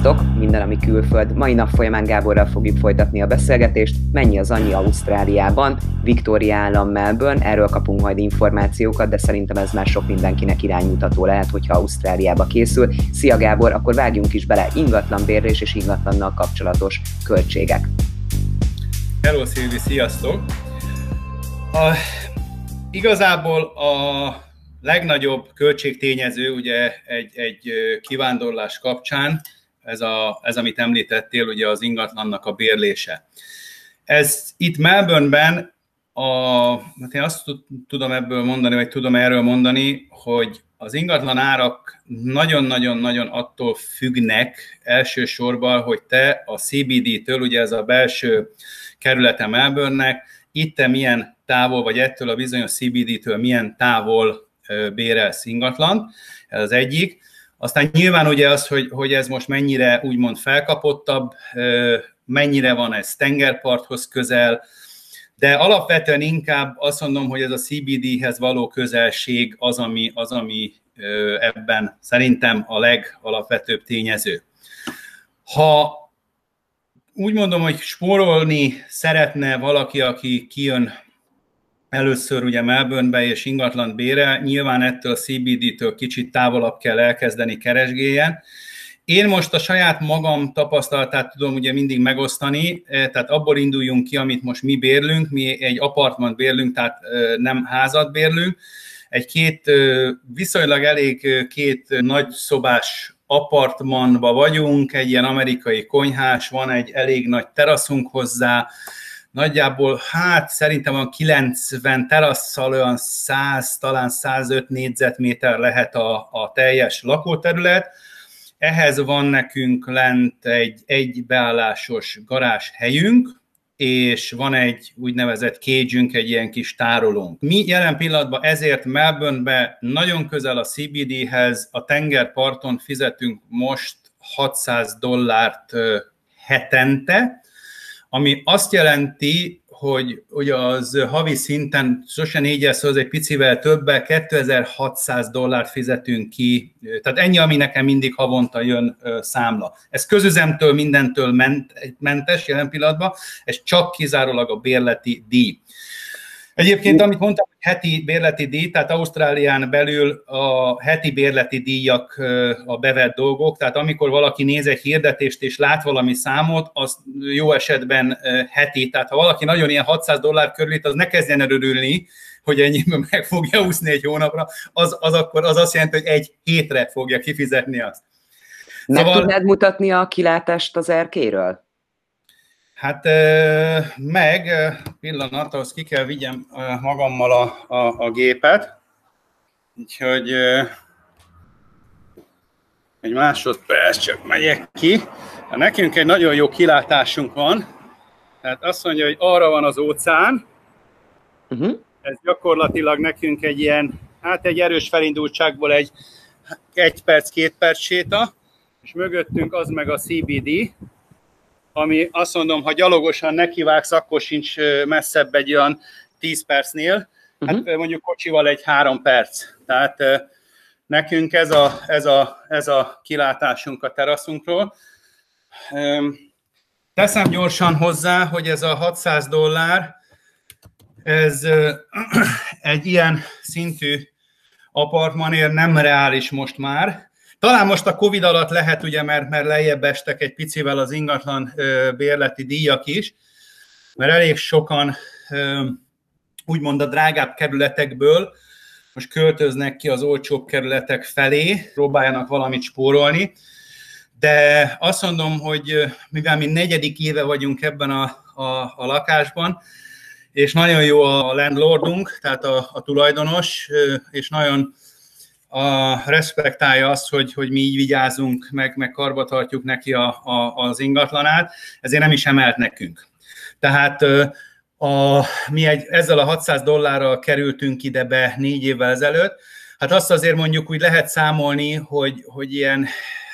Sziasztok! Minden, ami külföld. Mai nap folyamán Gáborral fogjuk folytatni a beszélgetést. Mennyi az annyi Ausztráliában, Victoria állam, Melbourne, erről kapunk majd információkat, de szerintem ez már sok mindenkinek iránymutató lehet, hogyha Ausztráliába készül. Szia Gábor, akkor vágjunk is bele ingatlanbérlés és ingatlannal kapcsolatos költségek. Hello Szilvi, sziasztok! Igazából a legnagyobb költségtényező ugye egy kivándorlás kapcsán, ez amit említettél, ugye az ingatlannak a bérlése. Ez itt Melbourneben, hát én azt tudom ebből mondani, vagy tudom erről mondani, hogy az ingatlan árak nagyon-nagyon-nagyon attól függnek elsősorban, hogy te a CBD-től, ugye ez a belső kerülete Melbourne-nek, itt te milyen távol, vagy ettől a bizonyos CBD-től milyen távol bérelsz ingatlant, ez az egyik. Aztán nyilván ugye az, hogy ez most mennyire úgymond felkapottabb, mennyire van ez tengerparthoz közel, de alapvetően inkább azt mondom, hogy ez a CBD-hez való közelség az, ami ebben szerintem a legalapvetőbb tényező. Ha úgy mondom, hogy spórolni szeretne valaki, aki kijön először ugye Melbournebe és ingatlant bérel, nyilván ettől a CBD-től kicsit távolabb kell elkezdeni keresgéljen. Én most a saját magam tapasztalatát tudom ugye mindig megosztani, tehát abból induljunk ki, amit most mi bérlünk, mi egy apartmant bérlünk, tehát nem házat bérlünk. Viszonylag elég két nagyszobás apartmanba vagyunk, egy ilyen amerikai konyhás, van egy elég nagy teraszunk hozzá, nagyjából, szerintem a 90 terasszal olyan 100, talán 105 négyzetméter lehet a teljes lakóterület. Ehhez van nekünk lent egy beállásos garázshelyünk, és van egy úgynevezett cage-ünk, egy ilyen kis tárolónk. Mi jelen pillanatban ezért Melbournebe nagyon közel a CBD-hez, a tengerparton fizetünk most $600 hetente, ami azt jelenti, hogy ugye az havi szinten sose 4-es, az egy picivel többel, $2600 fizetünk ki. Tehát ennyi, ami nekem mindig havonta jön számla. Ez közüzemtől, mindentől mentes jelen pillanatban, ez csak kizárólag a bérleti díj. Egyébként, amit mondtam, hogy heti bérleti díj, tehát Ausztrálián belül a heti bérleti díjak a bevett dolgok, tehát amikor valaki néz egy hirdetést és lát valami számot, az jó esetben heti, tehát ha valaki nagyon ilyen $600 körül, az ne kezdjen örülni, hogy ennyiből meg fogja úszni egy hónapra, az azt jelenti, hogy egy hétre fogja kifizetni azt. Meg tudnád mutatni a kilátást az erkélyről? Hát pillanat, ahhoz ki kell vigyem magammal a gépet, úgyhogy egy másodperc, csak megyek ki. Nekünk egy nagyon jó kilátásunk van, tehát azt mondja, hogy arra van az óceán, Ez gyakorlatilag nekünk egy ilyen, egy erős felindultságból egy 1 perc, 2 perc séta, és mögöttünk az meg a CBD, ami azt mondom, ha gyalogosan nekivágsz, akkor sincs messzebb egy olyan 10 percnél, hát mondjuk kocsival egy 3 perc. Tehát nekünk ez a kilátásunk a teraszunkról. Teszem gyorsan hozzá, hogy ez a $600, ez egy ilyen szintű apartmanért nem reális most már. Talán most a Covid alatt lehet, ugye, mert lejjebb estek egy picivel az ingatlan bérleti díjak is, mert elég sokan úgymond a drágább kerületekből most költöznek ki az olcsóbb kerületek felé, próbáljanak valamit spórolni, de azt mondom, hogy mivel mi 4. éve vagyunk ebben a lakásban, és nagyon jó a landlordunk, tehát a tulajdonos, és nagyon respektálja azt, hogy mi így vigyázunk, meg karba tartjuk neki az ingatlanát, ezért nem is emelt nekünk. Tehát mi ezzel a $600 kerültünk ide be 4 évvel ezelőtt, hát azt azért mondjuk úgy lehet számolni, hogy ilyen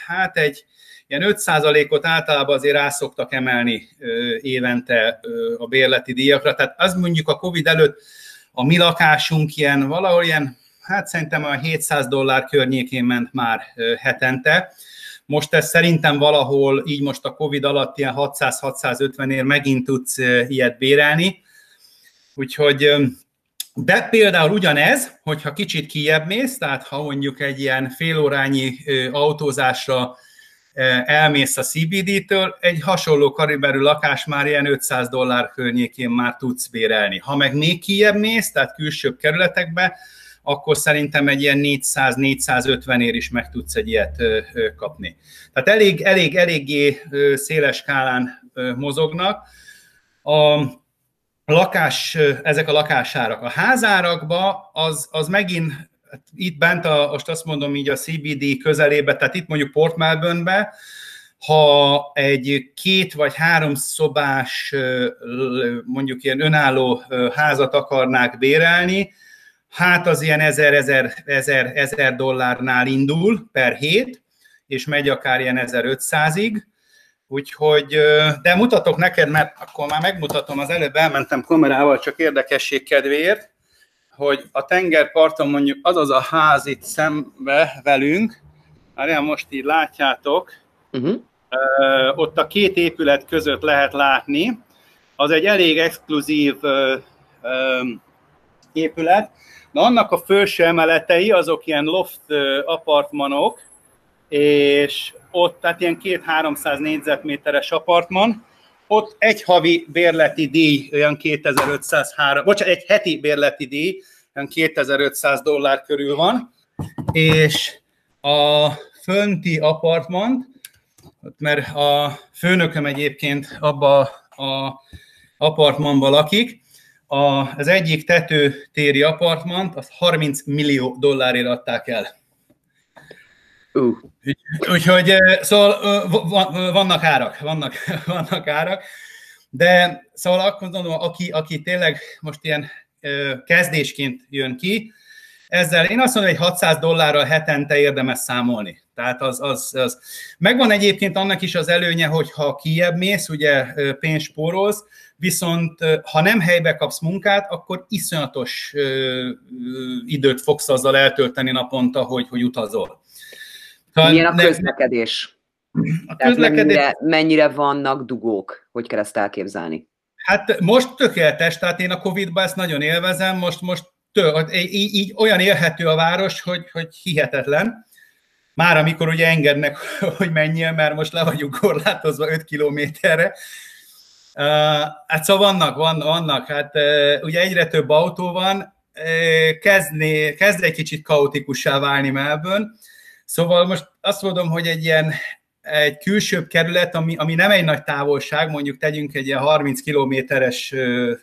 5%-ot általában azért rá szoktak emelni évente a bérleti díjakra. Tehát az mondjuk a Covid előtt a mi lakásunk valahol ilyen, szerintem a $700 környékén ment már hetente. Most ez szerintem valahol így most a Covid alatt ilyen 600-650-ért megint tudsz ilyet bérelni. Úgyhogy, de például ugyanez, hogyha kicsit kijebb mész, tehát ha mondjuk egy ilyen félórányi autózásra elmész a CBD-től, egy hasonló kaliberű lakás már ilyen $500 környékén már tudsz bérelni. Ha meg még kijebb mész, tehát külsőbb kerületekbe, akkor szerintem egy ilyen 400-450-ért is meg tudsz egy ilyet kapni. Tehát eléggé széles skálán mozognak. Ezek a lakásárak. A házárakba az megint itt bent, most azt mondom így a CBD közelébe, tehát itt mondjuk Port Melbourne-be, ha egy 2 vagy 3 szobás, mondjuk ilyen önálló házat akarnák bérelni, hát az ilyen $1000 indul per hét, és megy akár ilyen 1500-ig. Úgyhogy, de mutatok neked, mert akkor már megmutatom, az előbb elmentem kamerával, csak érdekesség kedvéért, hogy a tengerparton mondjuk az a ház itt szembe velünk, már most így látjátok, ott a két épület között lehet látni, az egy elég exkluzív épület, de annak a felső emeletei azok ilyen loft apartmanok, és ott, tehát ilyen 200-300 négyzetméteres apartman, ott egy havi bérleti díj olyan egy heti bérleti díj olyan $2500 körül van, és a fönti apartmant, mert a főnököm egyébként abba az apartmanban lakik, az egyik tetőtéri apartmant, azt $30 millió adták el. Úgyhogy szóval vannak árak, de szóval akkor mondom, aki tényleg most ilyen kezdésként jön ki, ezzel én azt mondom, hogy $600 hetente érdemes számolni. Tehát az. Megvan egyébként annak is az előnye, hogy ha kijebb mész, ugye pénzt spórolsz, viszont ha nem helybe kapsz munkát, akkor iszonyatos időt fogsz azzal eltölteni naponta, hogy utazol. Milyen a közlekedés? Mennyire vannak dugók? Hogy kell ezt elképzelni? Hát most tökéletes, tehát én a Covid-ban ezt nagyon élvezem, most így olyan élhető a város, hogy hihetetlen. Már amikor ugye engednek, hogy menjél, mert most le vagyunk korlátozva 5 kilométerre. Hát szóval vannak, hát ugye egyre több autó van, kezd egy kicsit kaotikussá válni Melbourne. Szóval most azt mondom, hogy egy külsőbb kerület, ami nem egy nagy távolság, mondjuk tegyünk egy ilyen 30 kilométeres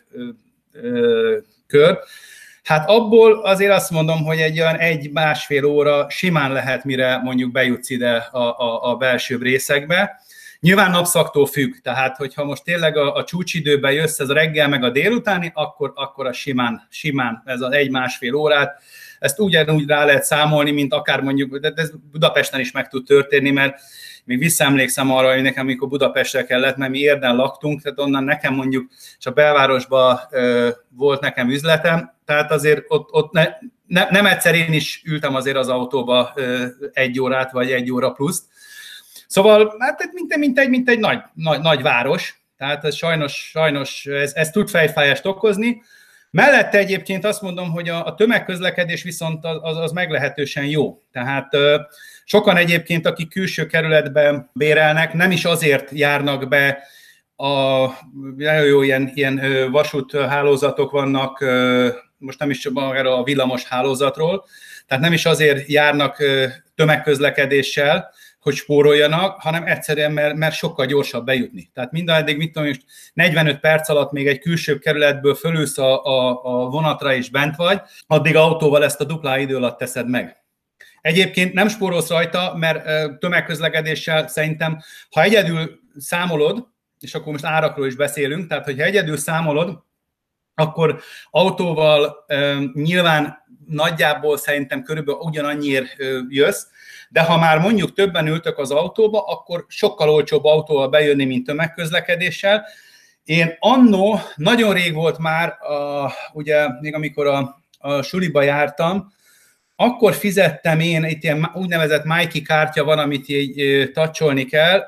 kör, hát abból azért azt mondom, hogy egy olyan 1-1,5 óra simán lehet, mire mondjuk bejutsz ide a belsőbb részekbe. Nyilván napszaktól függ, tehát hogyha most tényleg a csúcsidőben jössz, ez a reggel meg a délutáni, akkor a simán ez az 1-1,5 órát, ezt ugyanúgy rá lehet számolni, mint akár mondjuk, de ez Budapesten is meg tud történni, mert még visszaemlékszem arra, hogy nekem, amikor Budapestre kellett, mert mi Érden laktunk, tehát onnan nekem mondjuk, és a belvárosban volt nekem üzletem, tehát azért ott nem egyszer én is ültem azért az autóba 1 órát, vagy 1 óra pluszt. Szóval hát mint egy nagy város, tehát ez sajnos ez tud fejfájást okozni. Mellette egyébként azt mondom, hogy a tömegközlekedés viszont az meglehetősen jó. Tehát sokan egyébként, akik külső kerületben bérelnek, nem is azért járnak be, nagyon jó ilyen vasúthálózatok vannak, most nem is csak arra a villamos hálózatról, tehát nem is azért járnak tömegközlekedéssel, hogy spóroljanak, hanem egyszerűen, mert sokkal gyorsabb bejutni. Tehát mindaddig, mit tudom, 45 perc alatt még egy külső kerületből fölülsz a vonatra és bent vagy, addig autóval ezt a dupla idő alatt teszed meg. Egyébként nem spórolsz rajta, mert tömegközlekedéssel szerintem, ha egyedül számolod, és akkor most árakról is beszélünk, tehát hogyha egyedül számolod, akkor autóval nyilván nagyjából szerintem körülbelül ugyanannyiért jössz, de ha már mondjuk többen ültök az autóba, akkor sokkal olcsóbb autóval bejönni, mint tömegközlekedéssel. Én annó, nagyon rég volt már, ugye még amikor a suliba jártam, akkor fizettem én, itt ilyen úgynevezett Mikey kártya van, amit így toucholni kell,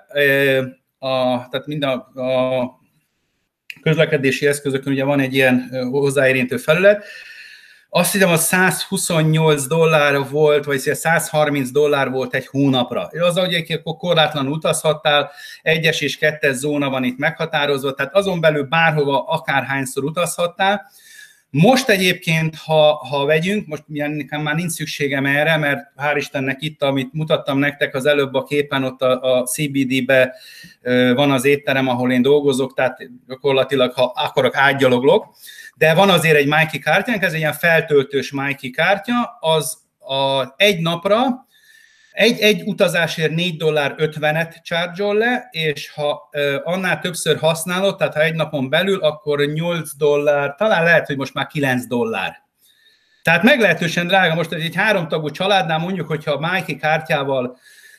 tehát mind a közlekedési eszközökön ugye van egy ilyen hozzáérintő felület. Azt hiszem, az $128 volt, vagy $130 volt egy hónapra. Az, hogy akkor korlátlanul utazhattál, 1-es és 2-es zóna van itt meghatározva, tehát azon belül bárhova, akárhányszor utazhattál. Most egyébként, ha vegyünk, most nekem már nincs szükségem erre, mert hál' Istennek itt, amit mutattam nektek az előbb a képen, ott a CBD-be van az étterem, ahol én dolgozok, tehát gyakorlatilag, ha akarok, átgyaloglok. De van azért egy Mikey kártyánk, ez egy ilyen feltöltős Mikey kártya, az egy napra, egy utazásért $4.50 charge-ol le, és ha annál többször használod, tehát ha egy napon belül, akkor $8, talán lehet, hogy most már $9. Tehát meglehetősen drága. Most egy 3 tagú családnál mondjuk, hogyha a Mikey kártyával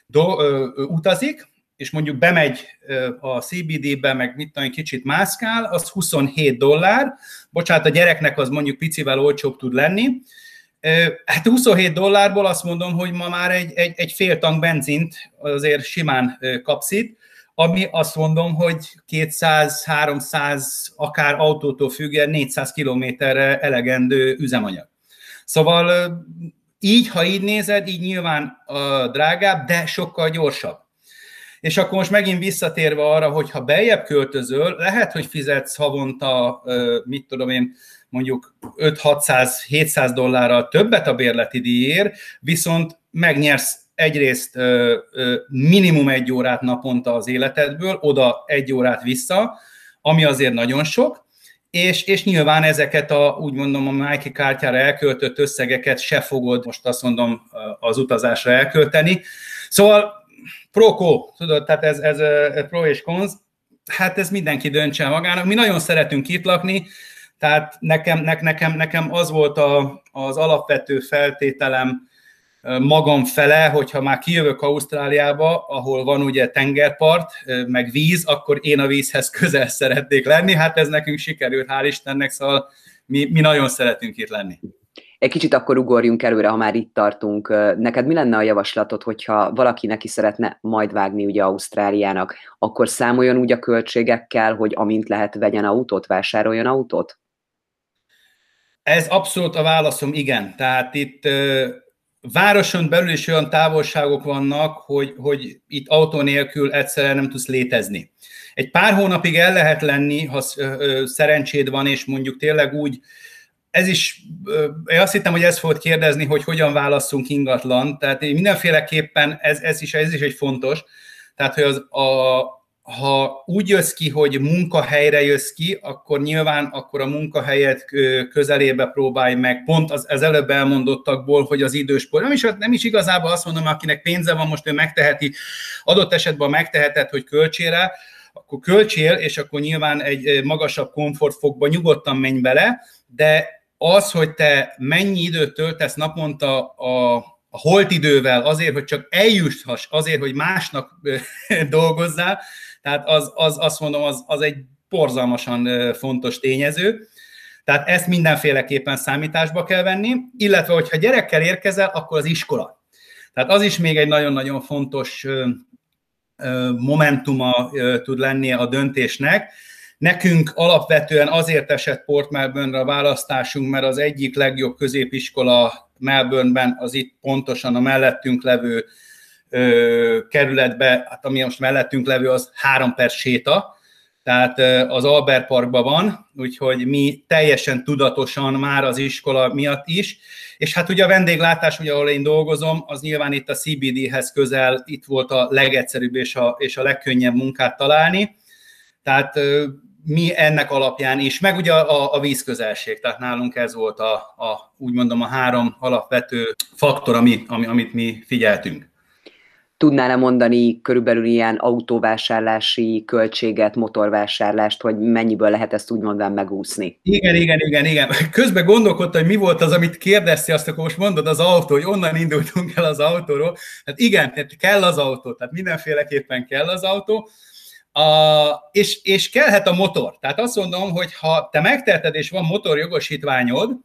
utazik, és mondjuk bemegy a CBD-be, meg mit tudom, kicsit mászkál, az $27. Bocsánat, a gyereknek az mondjuk picivel olcsóbb tud lenni. Hát $27 azt mondom, hogy ma már egy fél tank benzint azért simán kapsz itt, ami azt mondom, hogy 200-300, akár autótól függően 400 kilométerre elegendő üzemanyag. Szóval így, ha így nézed, így nyilván drágább, de sokkal gyorsabb. És akkor most megint visszatérve arra, hogy ha beljebb költözöl, lehet, hogy fizetsz havonta, mit tudom én, mondjuk $500-600 többet a bérleti díjért, viszont megnyersz egyrészt minimum 1 órát naponta az életedből, oda 1 órát vissza, ami azért nagyon sok, és nyilván ezeket úgy mondom, a Mikey kártyára elköltött összegeket se fogod, most azt mondom, az utazásra elkölteni. Szóval pro-co, tudod, tehát ez pro és cons, hát ez mindenki döntse magának. Mi nagyon szeretünk itt lakni, tehát nekem az volt az alapvető feltételem magam fele, hogyha már kijövök Ausztráliába, ahol van ugye tengerpart, meg víz, akkor én a vízhez közel szeretnék lenni. Hát ez nekünk sikerült, hál' Istennek, szóval mi nagyon szeretünk itt lenni. Egy kicsit akkor ugorjunk előre, ha már itt tartunk. Neked mi lenne a javaslatod, hogyha valaki neki szeretne majd vágni ugye Ausztráliának, akkor számoljon úgy a költségekkel, hogy amint lehet vegyen autót, vásároljon autót? Ez abszolút a válaszom, igen. Tehát itt városon belül is olyan távolságok vannak, hogy itt autó nélkül egyszerűen nem tudsz létezni. Egy pár hónapig el lehet lenni, ha szerencséd van, és mondjuk tényleg úgy, ez is, én azt hittem, hogy ezt fogod kérdezni, hogy hogyan válasszunk ingatlan, tehát mindenféleképpen ez is egy fontos, tehát hogy ha úgy jössz ki, hogy munkahelyre jössz ki, akkor nyilván akkor a munkahelyet közelébe próbálj meg, pont az előbb elmondottakból, hogy az időspor. Nem is igazából azt mondom, akinek pénze van, most ő megteheti, adott esetben megteheted, hogy költsél rá, akkor költsél, és akkor nyilván egy magasabb komfortfokba nyugodtan menj bele, de az, hogy te mennyi időt töltesz naponta a holtidővel azért, hogy csak eljushass, azért, hogy másnak dolgozzál, tehát azt mondom, az egy borzalmasan fontos tényező. Tehát ezt mindenféleképpen számításba kell venni, illetve, hogyha gyerekkel érkezel, akkor az iskola. Tehát az is még egy nagyon-nagyon fontos momentuma tud lenni a döntésnek. Nekünk alapvetően azért esett Port Melbourne-re a választásunk, mert az egyik legjobb középiskola Melbourne-ben az itt pontosan a mellettünk levő kerületbe, hát ami most mellettünk levő, az 3 perc séta, tehát az Albert Parkban van, úgyhogy mi teljesen tudatosan már az iskola miatt is, és hát ugye a vendéglátás, ugye, ahol én dolgozom, az nyilván itt a CBD-hez közel, itt volt a legegyszerűbb és a legkönnyebb munkát találni, tehát mi ennek alapján is, meg ugye a vízközelség, tehát nálunk ez volt úgy mondom a 3 alapvető faktor, amit mi figyeltünk. Tudnál-e mondani körülbelül ilyen autóvásárlási költséget, motorvásárlást, hogy mennyiből lehet ezt úgy mondván megúszni? Igen. Közben gondolkodtam, hogy mi volt az, amit kérdeztél, azt akkor most mondod az autó, hogy onnan indultunk el az autóról. Hát igen, tehát kell az autó, tehát mindenféleképpen kell az autó. És kellhet a motor. Tehát azt mondom, hogy ha te megteheted, és van motorjogosítványod,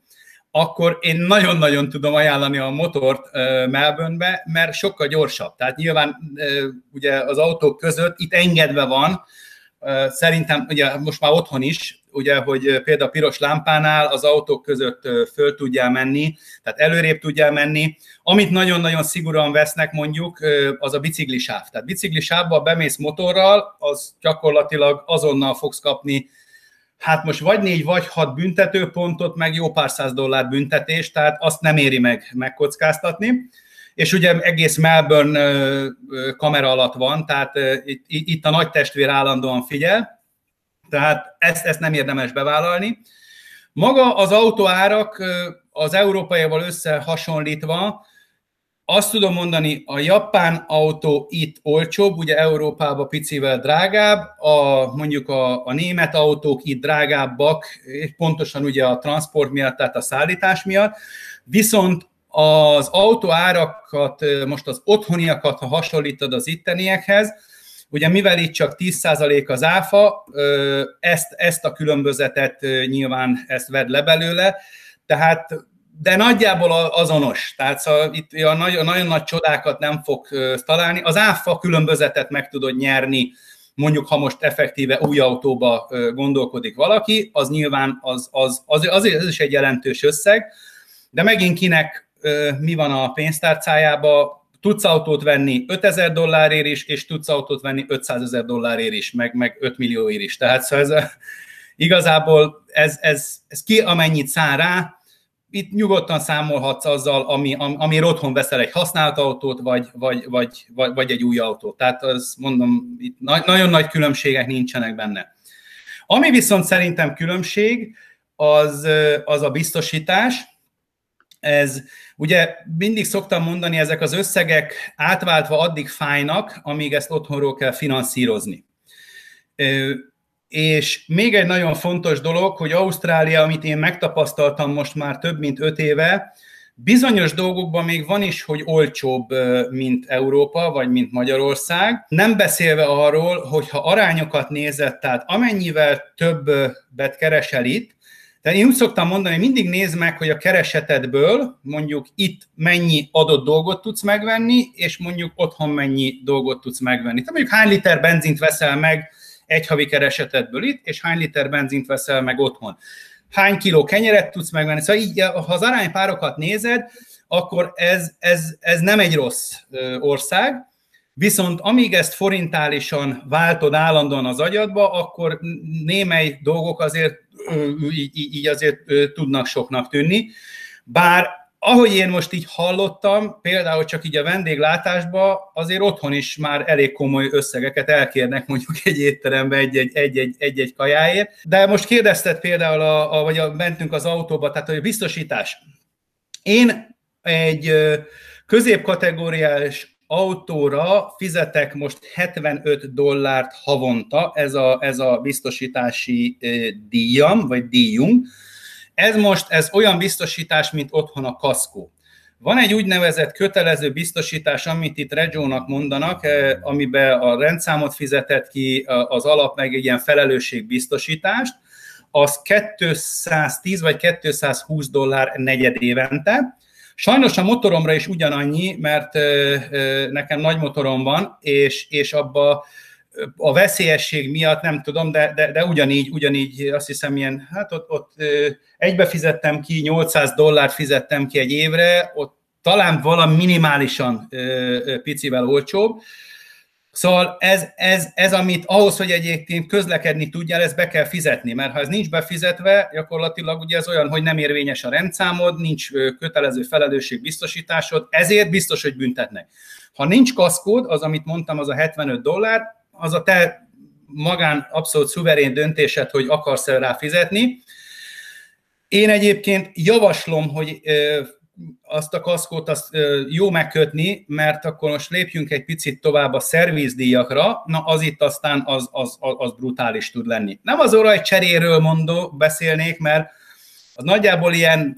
akkor én nagyon-nagyon tudom ajánlani a motort Melbourne-be, mert sokkal gyorsabb. Tehát nyilván ugye az autók között itt engedve van, szerintem ugye most már otthon is, ugye, hogy például a piros lámpánál az autók között föl tudjál menni, tehát előrébb tudjál menni. Amit nagyon-nagyon szigorúan vesznek mondjuk, az a biciklisáv. Tehát biciklisávba bemész motorral, az gyakorlatilag azonnal fogsz kapni, hát most vagy 4, vagy 6 büntetőpontot, meg jó pár $100 büntetés, tehát azt nem éri megkockáztatni. És ugye egész Melbourne kamera alatt van, tehát itt a nagy testvér állandóan figyel, tehát ezt nem érdemes bevállalni. Maga az autóárak az európaival összehasonlítva, azt tudom mondani, a japán autó itt olcsóbb, ugye Európában picivel drágább, mondjuk a német autók itt drágábbak, pontosan ugye a transport miatt, tehát a szállítás miatt, viszont az autóárakat, most az otthoniakat, ha hasonlítod az itteniekhez, ugye mivel itt csak 10% az áfa, ezt a különbözetet nyilván ezt vedd le belőle, tehát, de nagyjából azonos, tehát szóval itt nagyon nagy csodákat nem fog találni. Az áfa különbözetet meg tudod nyerni, mondjuk ha most effektíve új autóba gondolkodik valaki, az nyilván az is egy jelentős összeg, de megint kinek mi van a pénztárcájába, tudsz autót venni $5000 is, és tudsz autót venni $500,000 is, meg 5 millióért is. Tehát szóval igazából ez ki amennyit száll rá, itt nyugodtan számolhatsz azzal, amiért otthon veszel egy használt autót, vagy egy új autót. Tehát azt mondom, itt nagyon nagy különbségek nincsenek benne. Ami viszont szerintem különbség, az a biztosítás. Ez ugye mindig szoktam mondani, ezek az összegek átváltva addig fájnak, amíg ezt otthonról kell finanszírozni. És még egy nagyon fontos dolog, hogy Ausztrália, amit én megtapasztaltam most már több mint 5 éve, bizonyos dolgokban még van is, hogy olcsóbb, mint Európa, vagy mint Magyarország. Nem beszélve arról, hogy ha arányokat nézed, tehát amennyivel többet keresel itt, tehát én úgy szoktam mondani, hogy mindig nézd meg, hogy a keresetedből mondjuk itt mennyi adott dolgot tudsz megvenni, és mondjuk otthon mennyi dolgot tudsz megvenni. Tehát mondjuk hány liter benzint veszel meg egy havi keresetedből itt, és hány liter benzint veszel meg otthon. Hány kiló kenyeret tudsz megvenni. Szóval így, ha az aránypárokat nézed, akkor ez nem egy rossz ország, viszont amíg ezt forintálisan váltod állandóan az agyadba, akkor némely dolgok azért így azért tudnak soknak tűnni. Bár ahogy én most így hallottam, például csak így a vendéglátásban azért otthon is már elég komoly összegeket elkérnek mondjuk egy étterembe egy-egy kajáért. De most kérdezted például, vagy mentünk az autóba, tehát a biztosítás. Én egy középkategóriás autóra fizetek most $75 havonta, ez a biztosítási díjam, vagy díjunk. Ez olyan biztosítás, mint otthon a kaszkó. Van egy úgynevezett kötelező biztosítás, amit itt Reggio-nak mondanak, amiben a rendszámot fizetett ki, az alap meg egy ilyen felelősségbiztosítást, az $210 vagy $220 negyed évente. Sajnos a motoromra is ugyanannyi, mert nekem nagy motorom van, és abba a veszélyesség miatt nem tudom, de ugyanígy azt hiszem ilyen, hát ott egybe fizettem ki, $800 fizettem ki egy évre, ott talán valami minimálisan picivel olcsóbb. Szóval ez amit ahhoz, hogy egyébként közlekedni tudjál, ezt be kell fizetni, mert ha ez nincs befizetve, gyakorlatilag ugye ez olyan, hogy nem érvényes a rendszámod, nincs kötelező felelősségbiztosításod, ezért biztos, hogy büntetnek. Ha nincs kaszkód, az, amit mondtam, az a $75, az a te magán abszolút szuverén döntésed, hogy akarsz rá fizetni. Én egyébként javaslom, hogy azt a kaszkót azt jó megkötni, mert akkor most lépjünk egy picit tovább a szervizdíjakra, na az itt aztán az brutális tud lenni. Nem az olajcseréről beszélnék, mert az nagyjából ilyen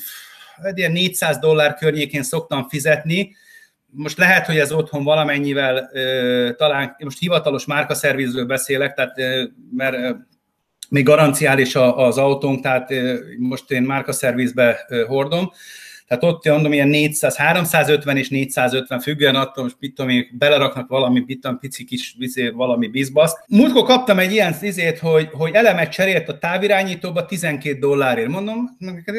$400 környékén szoktam fizetni. Most lehet, hogy ez otthon valamennyivel, talán most hivatalos márkaszervizről beszélek, tehát, mert még garanciális az autónk, tehát most én márkaszervizbe hordom, tehát ott mondom, ilyen 400, 350 és 450 függően attól, most mit tudom én, beleraknak valami pici kis valami bizbaszt. Múltkor kaptam egy ilyen izét, hogy elemet cserélt a távirányítóba $12. Mondom,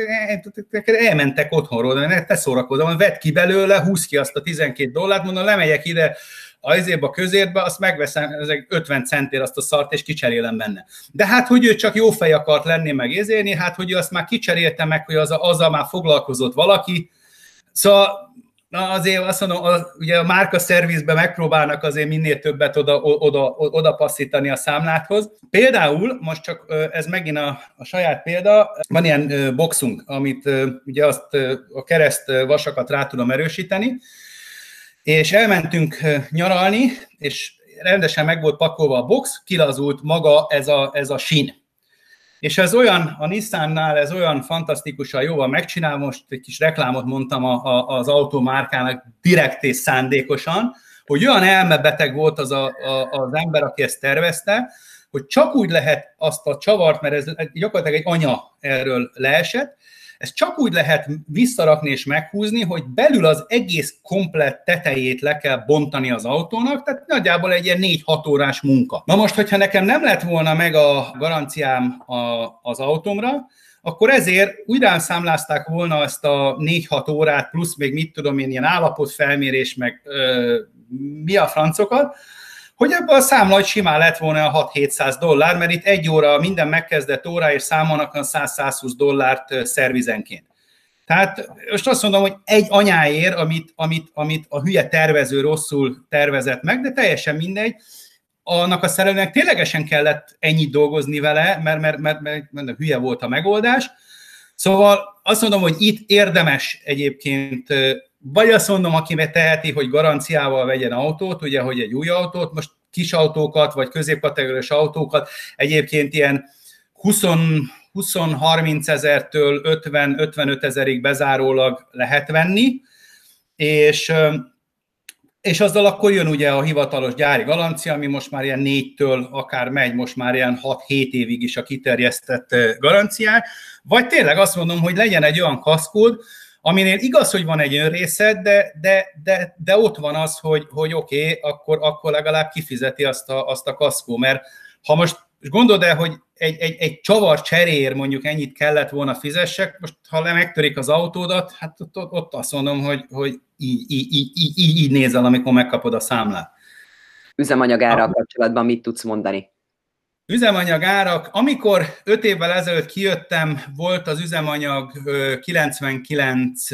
elmentek otthonról, de te szórakozom, vedd ki belőle, húzd ki azt a $12, mondom, lemegyek ide a közértbe, azt megveszem 50 centért azt a szart, és kicserélem benne. De hát, hogy ő csak jó fej akart lenni, meg érzélni, hát, hogy ő azt már kicserélte meg, hogy azzal már foglalkozott valaki. Szóval azért azt mondom, ugye a márkaszervizben megpróbálnak azért minél többet oda passzítani a számláthoz. Például, most csak ez megint a saját példa, van ilyen boxunk, amit ugye azt a kereszt vasakat rá tudom erősíteni, és elmentünk nyaralni, és rendesen meg volt pakolva a box, kilazult maga ez a sín. És ez olyan, a Nissannál ez olyan fantasztikusan jó van megcsinálva, most egy kis reklámot mondtam az autómárkának direkt és szándékosan, hogy olyan elmebeteg volt az ember, aki ezt tervezte, hogy csak úgy lehet azt a csavart, mert ez gyakorlatilag egy anya erről leesett, ezt csak úgy lehet visszarakni és meghúzni, hogy belül az egész komplett tetejét le kell bontani az autónak, tehát nagyjából egy ilyen 4-6 órás munka. Na most, hogyha nekem nem lett volna meg a garanciám az autómra, akkor ezért úgy rám számlázták volna ezt a 4-6 órát, plusz még mit tudom én, ilyen állapotfelmérés, meg mi a francokat, hogy ebből a számla simán lett volna a $600-700, mert itt 1 óra minden megkezdett óra, és számolnak a $100-120 szervizenként. Tehát most azt mondom, hogy egy anyáért, amit a hülye tervező rosszul tervezett meg, de teljesen mindegy, annak a szerelőnek ténylegesen kellett ennyit dolgozni vele, mert hülye volt a megoldás. Szóval azt mondom, hogy itt érdemes egyébként, vagy azt mondom, aki teheti, hogy garanciával vegyen autót, ugye, hogy egy új autót, most kis autókat, vagy középkategóriás autókat, egyébként ilyen 20-30 ezertől 50-55 ezerig bezárólag lehet venni, és azzal akkor jön ugye a hivatalos gyári garancia, ami most már ilyen 4-től akár megy, most már ilyen 6-7 évig is a kiterjesztett garanciák, vagy tényleg azt mondom, hogy legyen egy olyan kaszkód, aminél igaz, hogy van egy önrészed, de ott van az, hogy oké, akkor legalább kifizeti azt a kaszkó, mert ha most gondold el, hogy egy csavar cseréért mondjuk ennyit kellett volna fizessek, most ha megtörik az autódat, hát ott azt mondom, hogy így nézel, amikor megkapod a számlát. Üzemanyagára kapcsolatban mit tudsz mondani? Üzemanyagárak, amikor 5 évvel ezelőtt kijöttem, volt az üzemanyag 99,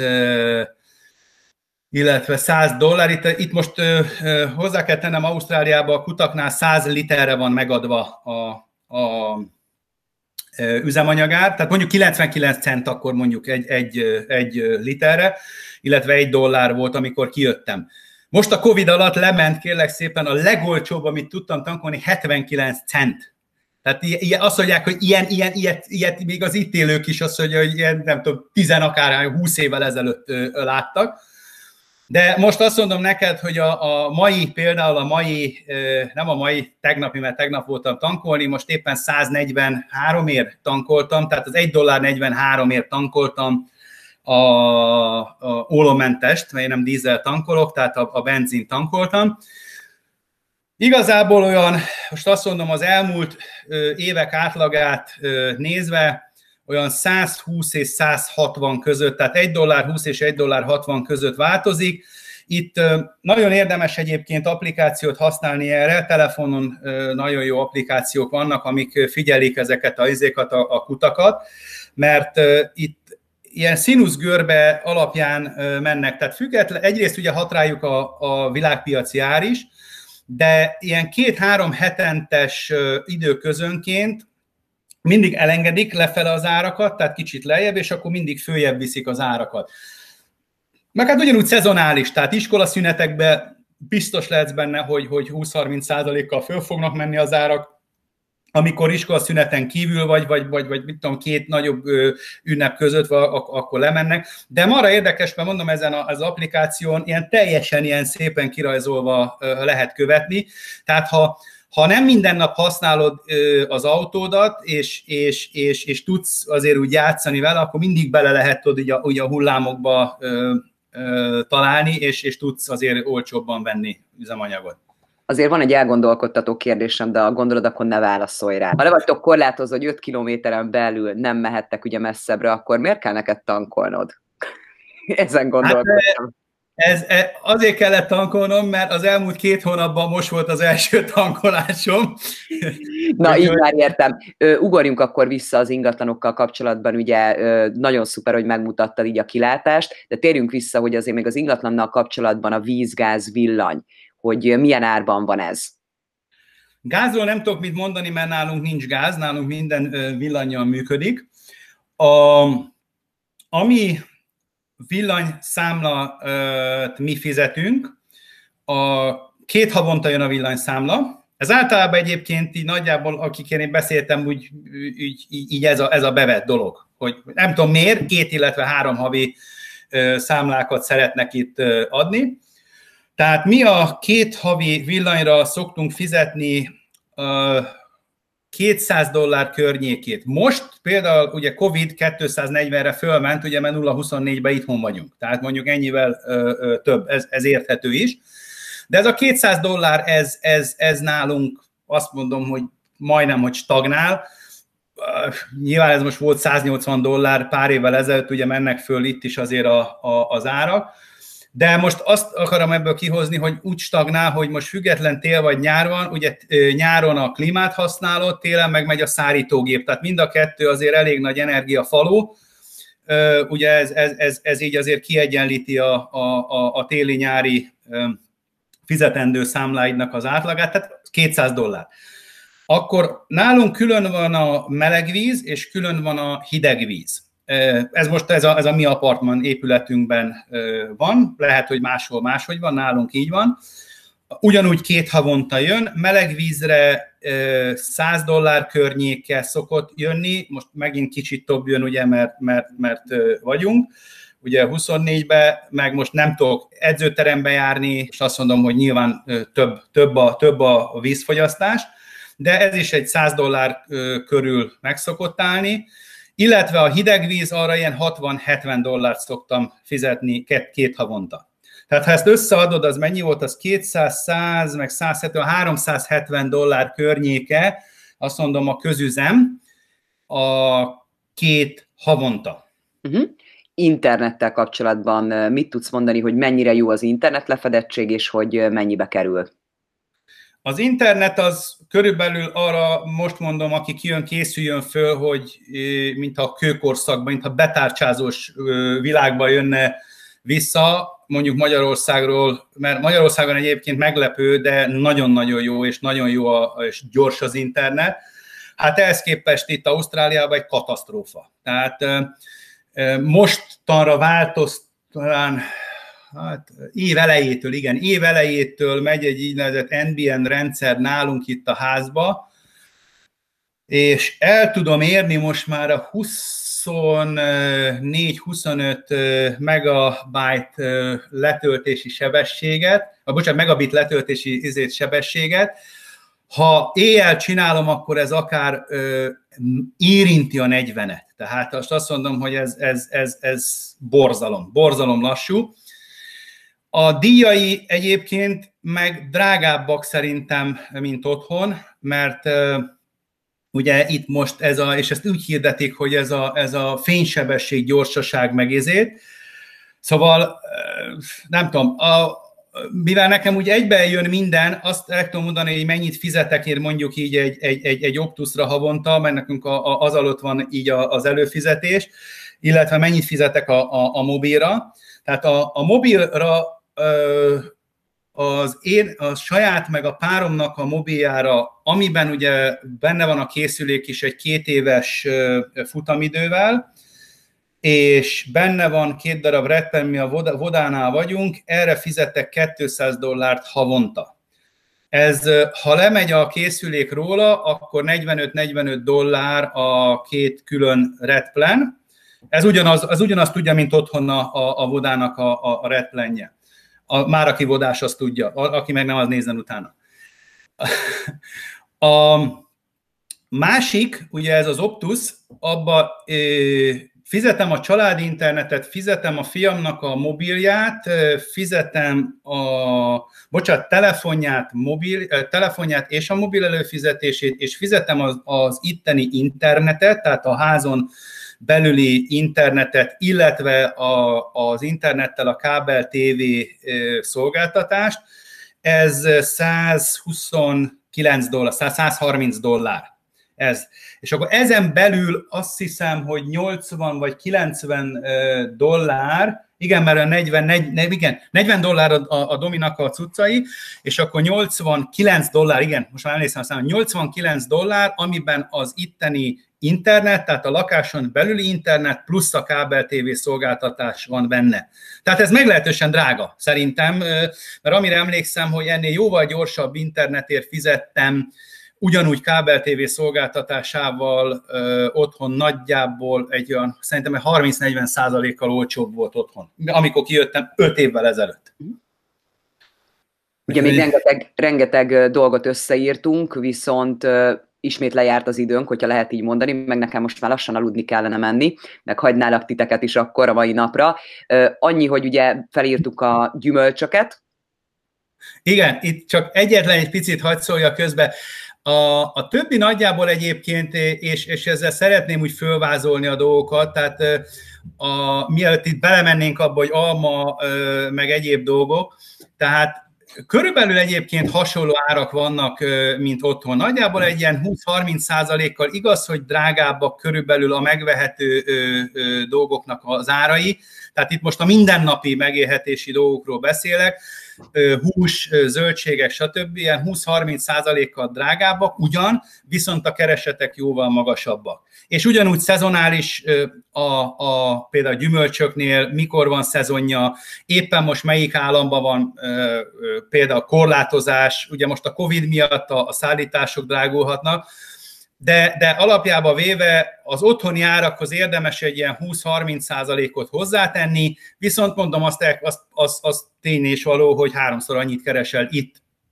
illetve $100. Itt most hozzá kell tennem, Ausztráliában a kutaknál 100 literre van megadva a üzemanyagár, tehát mondjuk 99 cent akkor mondjuk egy literre, illetve $1 volt, amikor kijöttem. Most a Covid alatt lement, kérlek szépen, a legolcsóbb, amit tudtam tankolni, 79 cent. Tehát azt mondják, hogy ilyet még az itt élők is azt mondja, hogy ilyen, nem tudom, 10 akár 20 évvel ezelőtt láttak. De most azt mondom neked, hogy a mai, például nem a mai, tegnapi, mert tegnap voltam tankolni, most éppen 143-ért tankoltam, tehát az $1.43-ért tankoltam a ólommentest, mert én nem dízel tankolok, tehát a benzin tankoltam. Igazából olyan, most azt mondom, az elmúlt évek átlagát nézve, olyan 120 és 160 között, tehát $1.20 és $1.60 között változik. Itt nagyon érdemes egyébként applikációt használni erre, telefonon nagyon jó applikációk vannak, amik figyelik ezeket a kutakat, mert itt ilyen színuszgörbe alapján mennek, tehát független, egyrészt ugye hat rájuk a világpiaci ár is, de ilyen 2-3 hetentes időközönként mindig elengedik lefele az árakat, tehát kicsit lejjebb, és akkor mindig följebb viszik az árakat. Meg hát ugyanúgy szezonális, tehát iskolaszünetekben biztos lehetsz benne, hogy 20-30%-kal föl fognak menni az árak, amikor iskolaszüneten kívül vagy mit tudom, 2 nagyobb ünnep között akkor lemennek. De marra érdekes, mert mondom, ezen az applikáción teljesen ilyen szépen kirajzolva lehet követni. Tehát Ha nem minden nap használod az autódat, és tudsz azért úgy játszani vele, akkor mindig bele lehet ugye a hullámokba találni, és tudsz azért olcsóbban venni üzemanyagot. Azért van egy elgondolkodtató kérdésem, de ha gondolod, akkor ne válaszolj rá. Ha le vagytok korlátozva, hogy 5 kilométeren belül nem mehettek ugye messzebbre, akkor miért kell neked tankolnod? Ezen gondolkodtam. Azért kellett tankolnom, mert az elmúlt 2 hónapban most volt az első tankolásom. Na, így már értem. Ugorjunk akkor vissza az ingatlanokkal kapcsolatban, ugye nagyon szuper, hogy megmutattad így a kilátást, de térjünk vissza, hogy azért még az ingatlannal kapcsolatban a víz, gáz, villany, hogy milyen árban van ez? Gázról nem tudok mit mondani, mert nálunk nincs gáz, nálunk minden villannyal működik. Ami villanyszámlát mi fizetünk, 2 havonta jön a villanyszámla. Ez általában egyébként így nagyjából, akikkel én beszéltem, úgy így ez a bevett dolog. Hogy nem tudom miért, 2, illetve 3 havi számlákat szeretnek itt adni. Tehát mi a 2 havi villanyra szoktunk fizetni $200 környékét. Most például ugye Covid 240-re fölment, ugye mert 0,24-ben itthon vagyunk. Tehát mondjuk ennyivel több, ez érthető is. De ez a $200, ez nálunk azt mondom, hogy majdnem, hogy stagnál. Nyilván ez most volt $180 pár évvel ezelőtt, ugye mennek föl itt is azért az árak. De most azt akarom ebből kihozni, hogy úgy stagnál, hogy most független tél vagy nyár van, ugye nyáron a klímát használod, télen meg megy a szárítógép, tehát mind a kettő azért elég nagy energiafaló, ugye ez így azért kiegyenlíti a téli-nyári fizetendő számláidnak az átlagát, tehát $200. Akkor nálunk külön van a melegvíz, és külön van a hidegvíz. Ez most ez a mi apartman épületünkben van, lehet, hogy máshol máshogy van, nálunk így van. Ugyanúgy 2 havonta jön, melegvízre $100 környéke szokott jönni, most megint kicsit több jön, ugye, mert vagyunk, ugye 24-be, meg most nem tudok edzőterembe járni, és azt mondom, hogy nyilván több a vízfogyasztás, de ez is egy $100 körül meg szokott állni, illetve a hidegvíz arra ilyen $60-70 szoktam fizetni 2 havonta. Tehát ha ezt összeadod, az mennyi volt? Az 200, 100, meg 170, $370 környéke, azt mondom a közüzem, a 2 havonta. Internettel kapcsolatban mit tudsz mondani, hogy mennyire jó az internet lefedettség, és hogy mennyibe kerül? Az internet az körülbelül arra most mondom, aki kijön, készüljön föl, hogy mintha a kőkorszakban, mintha betárcsázós világba jönne vissza, mondjuk Magyarországról, mert Magyarországon egyébként meglepő, de nagyon-nagyon jó, és nagyon jó és gyors az internet. Hát ehhez képest itt Ausztráliában egy katasztrófa. Tehát mostanra változtatlan, hát év elejétől megy egy úgynevezett NBN rendszer nálunk itt a házba, és el tudom érni most már a 24-25 megabyte letöltési sebességet, megabit letöltési sebességet. Ha éjjel csinálom, akkor ez akár érinti a 40-et. Tehát azt mondom, hogy ez borzalom lassú. A díjai egyébként meg drágábbak szerintem, mint otthon, mert ugye itt most és ezt úgy hirdetik, hogy ez a fénysebesség, gyorsaság megézét. Szóval nem tudom, mivel nekem úgy egyben jön minden, azt el tudom mondani, hogy mennyit fizetek én mondjuk így egy Optusra havonta, mert nekünk az alatt van így az előfizetés, illetve mennyit fizetek a mobilra. Tehát a mobilra a saját meg a páromnak a mobiljára, amiben ugye benne van a készülék is egy 2 éves futamidővel, és benne van 2 darab Redpen, mi a Vodánál vagyunk, erre fizettek $200 havonta. Ez, ha lemegy a készülék róla, akkor $45 a 2 külön Redplan. Ez ugyanazt tudja, mint otthon a Vodának a Redplanje. Már aki vodás, azt tudja, aki meg nem, az nézzen utána. A másik, ugye ez az Optus, abba fizetem a családi internetet, fizetem a fiamnak a mobilját, fizetem telefonját és a mobil előfizetését, és fizetem az itteni internetet, tehát a házon belüli internetet, illetve az internettel a kábel TV szolgáltatást. Ez $129, $130. Ez. És akkor ezen belül azt hiszem, hogy 80 vagy 90 dollár, igen, mert a $40 a Dominak a cuccai, és akkor 89 dollár, igen, most már emlékszem a számon, 89 dollár, amiben az itteni internet, tehát a lakáson belüli internet plusz a kábel TV szolgáltatás van benne. Tehát ez meglehetősen drága, szerintem, mert amire emlékszem, hogy ennél jóval gyorsabb internetért fizettem, ugyanúgy kábel TV szolgáltatásával otthon nagyjából egy olyan, szerintem 30-40%-kal olcsóbb volt otthon, amikor kijöttem 5 évvel ezelőtt. Ugye még rengeteg dolgot összeírtunk, viszont ismét lejárt az időnk, hogyha lehet így mondani, meg nekem most már lassan aludni kellene menni, meg hagynálak titeket is akkor a mai napra. Annyi, hogy ugye felírtuk a gyümölcsöket. Igen, itt csak egyetlen egy picit hadd szólja közbe. A többi nagyjából egyébként, és ezzel szeretném úgy fölvázolni a dolgokat, tehát mielőtt itt belemennénk abba, hogy alma, meg egyéb dolgok, tehát körülbelül egyébként hasonló árak vannak, mint otthon. Nagyjából egy ilyen 20-30%-kal igaz, hogy drágábbak körülbelül a megvehető dolgoknak az árai, tehát itt most a mindennapi megélhetési dolgokról beszélek, hús, zöldségek, stb. Ilyen 20-30%-kal drágábbak, viszont a keresetek jóval magasabbak. És ugyanúgy szezonális például a gyümölcsöknél, mikor van szezonja, éppen most melyik államban van például korlátozás, ugye most a Covid miatt a szállítások drágulhatnak, de alapjában véve az otthoni árakhoz érdemes egy ilyen 20-30%-ot hozzátenni, viszont mondom, azt tény és való, hogy 3-szor annyit keresel itt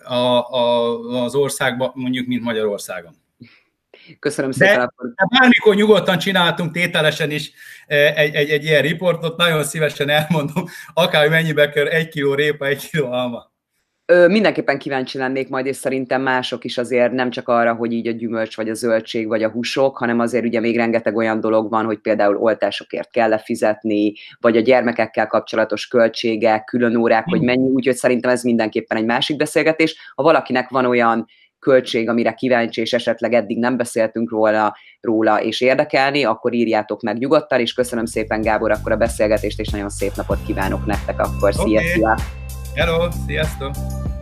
az országban, mondjuk, mint Magyarországon. Köszönöm szépen. De bármikor nyugodtan csináltunk tételesen is egy ilyen riportot, nagyon szívesen elmondom, akár mennyibe kell 1 kiló répa, 1 kiló alma. Mindenképpen kíváncsi lennék majd, és szerintem mások is azért nem csak arra, hogy így a gyümölcs, vagy a zöldség, vagy a húsok, hanem azért ugye még rengeteg olyan dolog van, hogy például oltásokért kell fizetni, vagy a gyermekekkel kapcsolatos költségek, külön órák, hogy mennyi, úgyhogy szerintem ez mindenképpen egy másik beszélgetés. Ha valakinek van olyan költség, amire kíváncsi, és esetleg eddig nem beszéltünk róla és érdekelni, akkor írjátok meg nyugodtan, és köszönöm szépen, Gábor, akkor a beszélgetést, és nagyon szép napot kívánok nektek akkor. Okay. Szia! Hello, sziasztok!